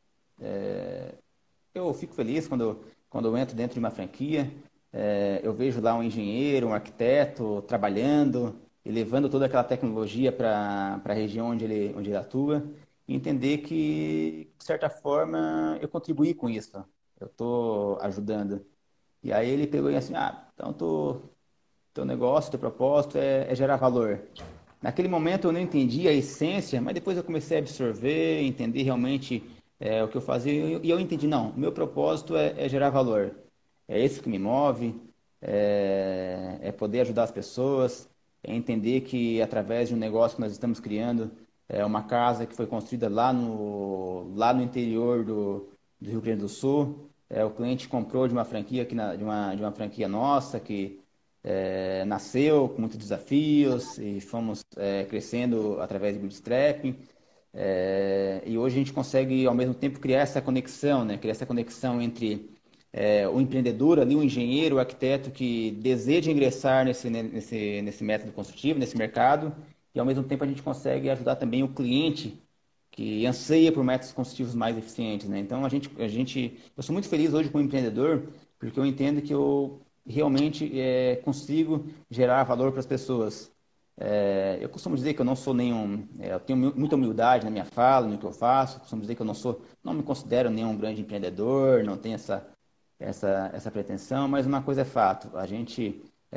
eu fico feliz quando eu entro dentro de uma franquia, eu vejo lá um engenheiro, um arquiteto trabalhando e levando toda aquela tecnologia para a região onde ele atua, e entender que, de certa forma, eu contribuí com isso, eu estou ajudando. E aí ele pegou e assim, então teu negócio, teu propósito é gerar valor. Naquele momento eu não entendi a essência, mas depois eu comecei a absorver, entender realmente o que eu fazia, e eu entendi, não, meu propósito é gerar valor. É isso que me move, é poder ajudar as pessoas, é entender que através de um negócio que nós estamos criando, uma casa que foi construída lá no interior do Rio Grande do Sul, o cliente comprou de uma franquia de uma franquia nossa que nasceu com muitos desafios e fomos crescendo através de bootstrapping. E hoje a gente consegue, ao mesmo tempo, criar essa conexão, né? Criar essa conexão entre o empreendedor ali, o engenheiro, o arquiteto que deseja ingressar nesse método construtivo, nesse mercado, e ao mesmo tempo a gente consegue ajudar também o cliente que anseia por métodos construtivos mais eficientes, né? Então eu sou muito feliz hoje como empreendedor, porque eu entendo que eu realmente consigo gerar valor para as pessoas. Eu costumo dizer que eu não sou eu tenho muita humildade na minha fala, no que eu faço. Eu costumo dizer que não me considero nenhum grande empreendedor, não tenho essa pretensão, mas uma coisa é fato, a gente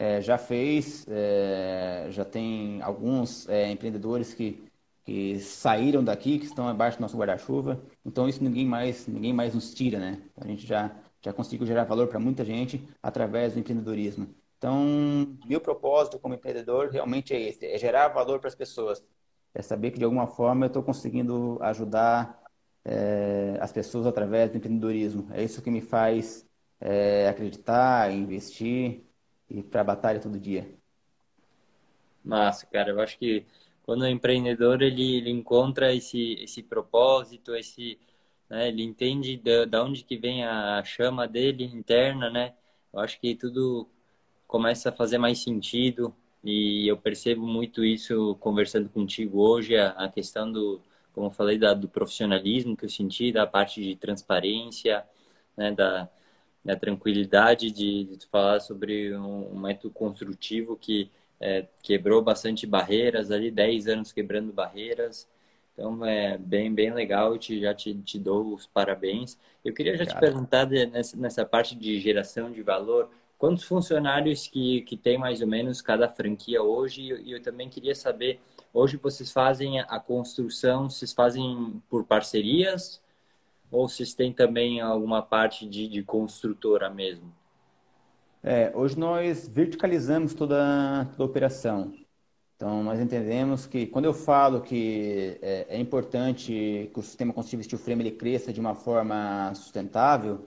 já tem alguns empreendedores que saíram daqui, que estão abaixo do nosso guarda-chuva, então isso ninguém mais nos tira, né? A gente já conseguiu gerar valor para muita gente através do empreendedorismo. Então, meu propósito como empreendedor realmente é esse, é gerar valor para as pessoas, é saber que de alguma forma eu estou conseguindo ajudar as pessoas através do empreendedorismo. É isso que me faz acreditar, investir e ir para a batalha todo dia. Massa, cara. Eu acho que quando o empreendedor ele encontra esse propósito, né, ele entende da onde que vem a chama dele interna, né? Eu acho que tudo começa a fazer mais sentido e eu percebo muito isso conversando contigo hoje, a questão como eu falei, do profissionalismo que eu senti, da parte de transparência, né, da tranquilidade de tu falar sobre um método construtivo que quebrou bastante barreiras ali, 10 anos quebrando barreiras. Então é bem legal, já te dou os parabéns. Eu queria já te Obrigado. perguntar nessa parte de geração de valor, quantos funcionários que tem mais ou menos cada franquia hoje? E eu também queria saber, hoje vocês fazem a construção, vocês fazem por parcerias ou vocês têm também alguma parte de construtora mesmo? Hoje nós verticalizamos toda a operação. Então, nós entendemos que, quando eu falo que é importante que o sistema construtivo steel frame ele cresça de uma forma sustentável,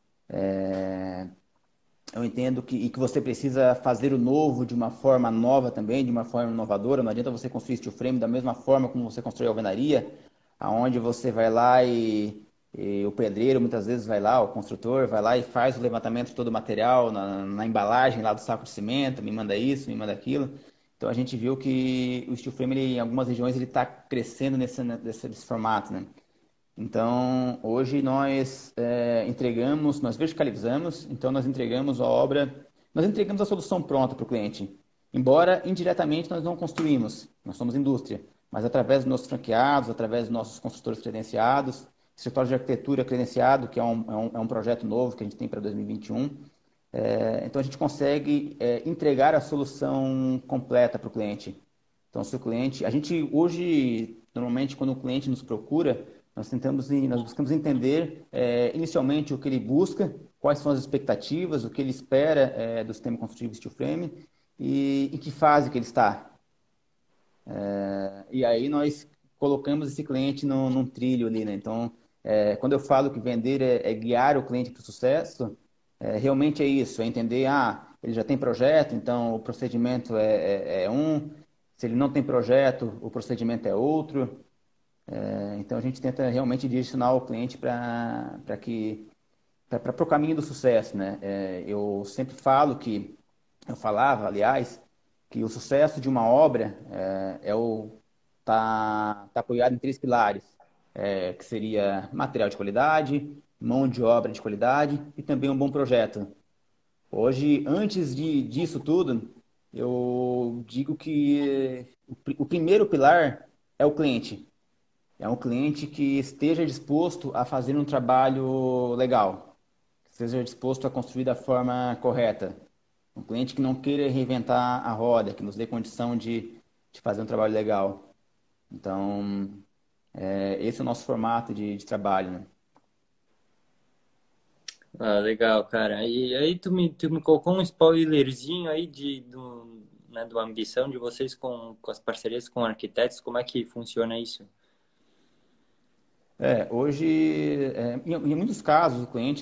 eu entendo que você precisa fazer o novo de uma forma nova também, de uma forma inovadora. Não adianta você construir steel frame da mesma forma como você constrói a alvenaria, aonde você vai lá e o pedreiro muitas vezes vai lá, o construtor vai lá e faz o levantamento de todo o material na embalagem lá do saco de cimento, me manda isso, me manda aquilo. Então a gente viu que o steel frame, em algumas regiões, ele está crescendo nesse formato, né? Então, hoje nós verticalizamos, então nós entregamos a obra, nós entregamos a solução pronta para o cliente. Embora indiretamente nós não construímos, nós somos indústria, mas através dos nossos franqueados, através dos nossos construtores credenciados, escritório de arquitetura credenciado, que é um projeto novo que a gente tem para 2021. Então a gente consegue entregar a solução completa para o cliente. Então, se o cliente, a gente hoje, normalmente, quando o cliente nos procura, nós buscamos entender inicialmente o que ele busca, quais são as expectativas, o que ele espera do sistema construtivo steel frame e em que fase que ele está. E aí nós colocamos esse cliente num trilho ali, né? Então, quando eu falo que vender é guiar o cliente para o sucesso, realmente é isso, é entender, ele já tem projeto, então o procedimento é um, se ele não tem projeto, o procedimento é outro. Então a gente tenta realmente direcionar o cliente para o caminho do sucesso, né? Eu sempre falo eu falava, aliás, que o sucesso de uma obra tá apoiado em três pilares, que seria material de qualidade, mão de obra de qualidade e também um bom projeto. Hoje, antes disso tudo, eu digo que o primeiro pilar é o cliente. É um cliente que esteja disposto a fazer um trabalho legal, que esteja disposto a construir da forma correta. Um cliente que não queira reinventar a roda, que nos dê condição de fazer um trabalho legal. Então, esse é o nosso formato de trabalho, né? Ah, legal, cara. E aí tu me colocou um spoilerzinho aí né, de uma ambição de vocês com as parcerias com arquitetos. Como é que funciona isso? Hoje, em muitos casos, o cliente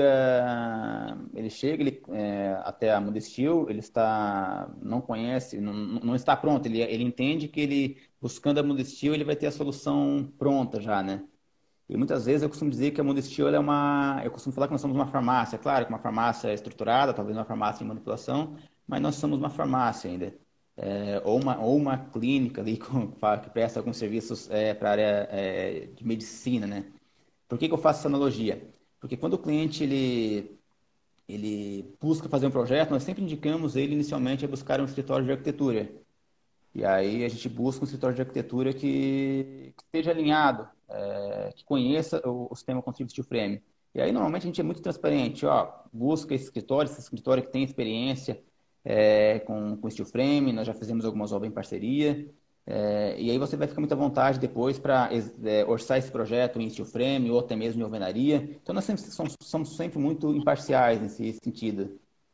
até a Modestil, não conhece, não está pronto. Ele entende que buscando a Modestil, ele vai ter a solução pronta já, né? E muitas vezes eu costumo dizer que a Modestil eu costumo falar que nós somos uma farmácia, claro que uma farmácia estruturada, talvez uma farmácia em manipulação, mas nós somos uma farmácia ainda. Ou uma clínica ali que presta alguns serviços para a área de medicina, né? Por que eu faço essa analogia? Porque quando o cliente ele busca fazer um projeto, nós sempre indicamos ele inicialmente a buscar um escritório de arquitetura. E aí a gente busca um escritório de arquitetura que esteja alinhado, que conheça o sistema construtivo steel frame. E aí normalmente a gente é muito transparente, ó, busca esse escritório que tem experiência com steel frame, nós já fizemos algumas obras em parceria, e aí você vai ficar muito à vontade depois para orçar esse projeto em steel frame ou até mesmo em alvenaria. Então nós somos sempre muito imparciais nesse sentido.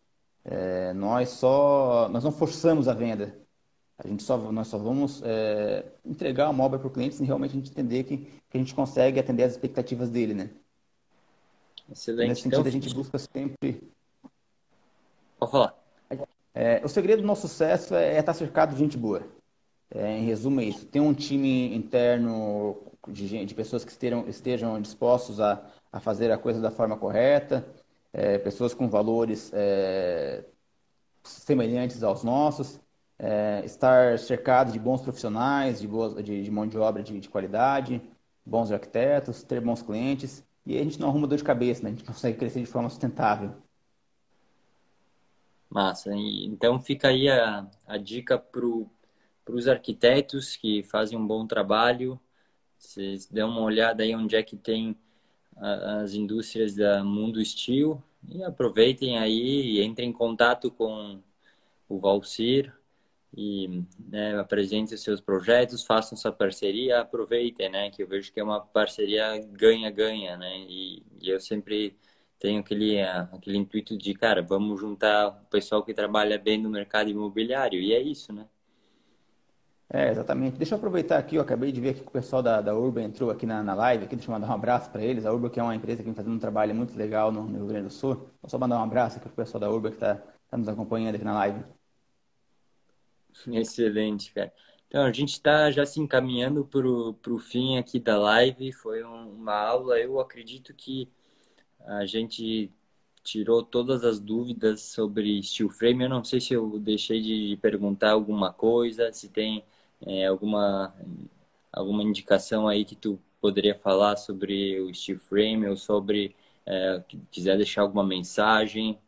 Nós não forçamos a venda. Nós só vamos entregar uma obra para o cliente se realmente a gente entender que a gente consegue atender as expectativas dele, né? Então, nesse Excelente. Então, sentido, a gente busca sempre. pode falar. O segredo do nosso sucesso é estar cercado de gente boa. Em resumo, é isso. Ter um time interno de pessoas que estejam dispostos a fazer a coisa da forma correta, pessoas com valores semelhantes aos nossos, estar cercado de bons profissionais, de mão de obra de qualidade, bons arquitetos, ter bons clientes, e aí a gente não arruma dor de cabeça, né? A gente consegue crescer de forma sustentável. Massa. Então fica aí a dica para os arquitetos que fazem um bom trabalho. Vocês dêem uma olhada aí onde é que tem as indústrias da Mundo Steel e aproveitem aí e entrem em contato com o Valcir e né, apresentem os seus projetos, façam sua parceria, aproveitem, né? Que eu vejo que é uma parceria ganha-ganha, né? E eu sempre tenho aquele intuito de, cara, vamos juntar o pessoal que trabalha bem no mercado imobiliário, e é isso, né? Exatamente. Deixa eu aproveitar aqui, eu acabei de ver aqui que o pessoal da Urban entrou aqui na live, aqui, deixa eu mandar um abraço para eles. A Urban que é uma empresa que vem fazendo um trabalho muito legal no Rio Grande do Sul. Vou só mandar um abraço aqui pro pessoal da Urban que tá nos acompanhando aqui na live. Excelente, cara. Então, a gente está já se encaminhando para o fim aqui da live. Foi uma aula. Eu acredito que a gente tirou todas as dúvidas sobre steel frame. Eu não sei se eu deixei de perguntar alguma coisa, se tem alguma indicação aí que tu poderia falar sobre o steel frame ou sobre, quiser deixar alguma mensagem.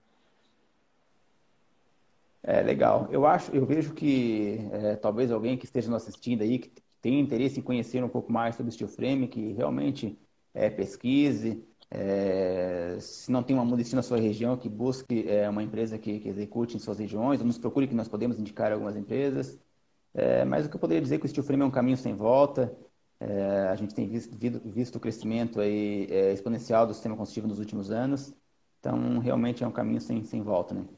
Legal. Eu vejo que talvez alguém que esteja nos assistindo aí, que tenha interesse em conhecer um pouco mais sobre o steel frame, que realmente pesquise, se não tem uma Modestia na sua região, que busque uma empresa que execute em suas regiões, ou nos procure que nós podemos indicar algumas empresas. Mas o que eu poderia dizer é que o steel frame é um caminho sem volta. A gente tem visto o crescimento aí, exponencial do sistema construtivo nos últimos anos. Então, realmente é um caminho sem volta, né?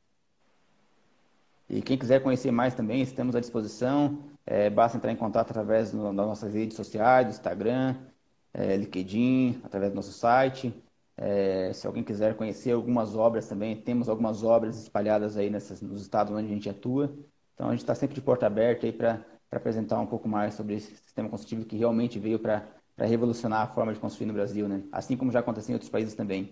E quem quiser conhecer mais também, estamos à disposição. Basta entrar em contato através das nossas redes sociais, do Instagram, LinkedIn, através do nosso site. Se alguém quiser conhecer algumas obras também, temos algumas obras espalhadas aí nos estados onde a gente atua. Então, a gente está sempre de porta aberta aí para apresentar um pouco mais sobre esse sistema construtivo que realmente veio para revolucionar a forma de construir no Brasil, né? Assim como já aconteceu em outros países também.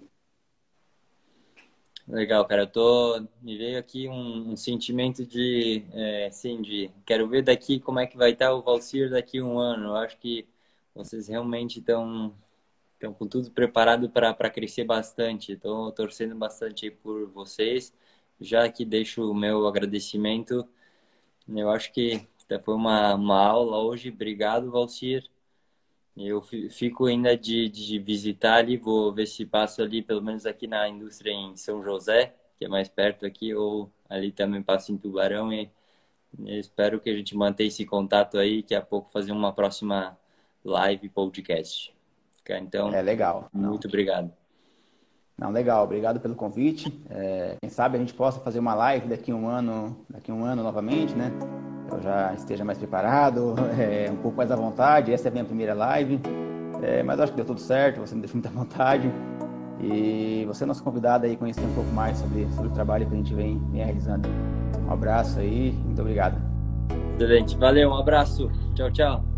Legal, cara. Me veio aqui um sentimento assim, de quero ver daqui como é que vai estar o Valcir daqui a um ano. Eu acho que vocês realmente estão com tudo preparado para crescer bastante. Estou torcendo bastante aí por vocês. Já que deixo o meu agradecimento. Eu acho que foi uma aula hoje. Obrigado, Valcir. Eu fico ainda de visitar ali, vou ver se passo ali, pelo menos aqui na indústria em São José, que é mais perto aqui, ou ali também passo em Tubarão e eu espero que a gente mantenha esse contato aí, daqui a pouco fazer uma próxima live podcast. Então, Legal. muito obrigado. Não, legal. Obrigado pelo convite. Quem sabe a gente possa fazer uma live daqui a um ano novamente, né? Eu já esteja mais preparado, um pouco mais à vontade. Essa é a minha primeira live, mas acho que deu tudo certo. Você me deixou muita vontade e você é nosso convidado aí conhecer um pouco mais sobre o trabalho que a gente vem realizando. Um abraço aí, muito obrigado. Excelente, valeu, um abraço, tchau, tchau.